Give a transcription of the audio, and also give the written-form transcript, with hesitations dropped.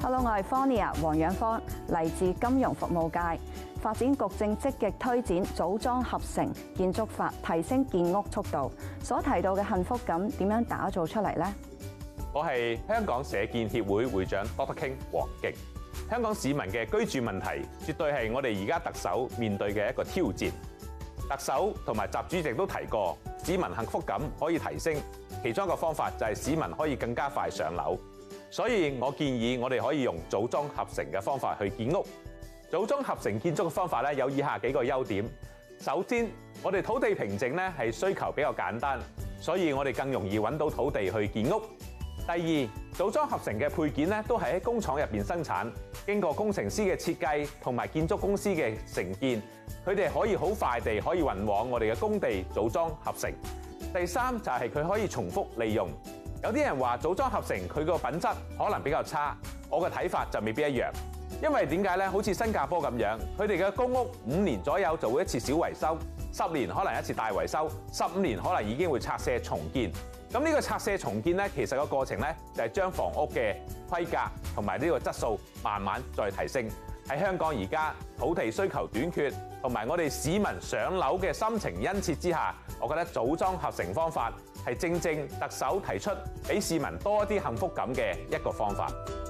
Hello， 我係 Fonia 黃仰芳，嚟自金融服務界。發展局正積極推展組裝合成建築法，提升建屋速度。所提到嘅幸福感點樣打造出嚟呢？ 我係香港社建協會會長 Dr. King 黃敬。香港市民嘅居住問題，絕對係我哋而家特首面對嘅一個挑戰。特首同埋習主席都提過，市民幸福感可以提升，其中一個方法就係市民可以更加快上樓。所以我建議我哋可以用組裝合成嘅方法去建屋。組裝合成建築嘅方法咧有以下幾個優點。首先，我哋土地平整咧係需求比較簡單，所以我哋更容易揾到土地去建屋。第二，組裝合成嘅配件咧都係喺工廠入邊生產，經過工程師嘅設計同埋建築公司嘅承建，佢哋可以好快地可以運往我哋嘅工地組裝合成。第三就係佢可以重複利用。有啲人話組裝合成佢個品質可能比較差，我嘅睇法就未必一樣。因為點解呢？好似新加坡咁樣，佢哋嘅公屋5年左右做一次小維修，10年可能一次大維修，15年可能已經會拆卸重建。咁呢個拆卸重建呢，其實個過程呢，就係將房屋嘅規格同埋呢個質素慢慢再提升。喺香港而家土地需求短缺，同埋我哋市民上樓嘅心情殷切之下，我覺得組裝合成方法係正正特首提出俾市民多一啲幸福感嘅一個方法。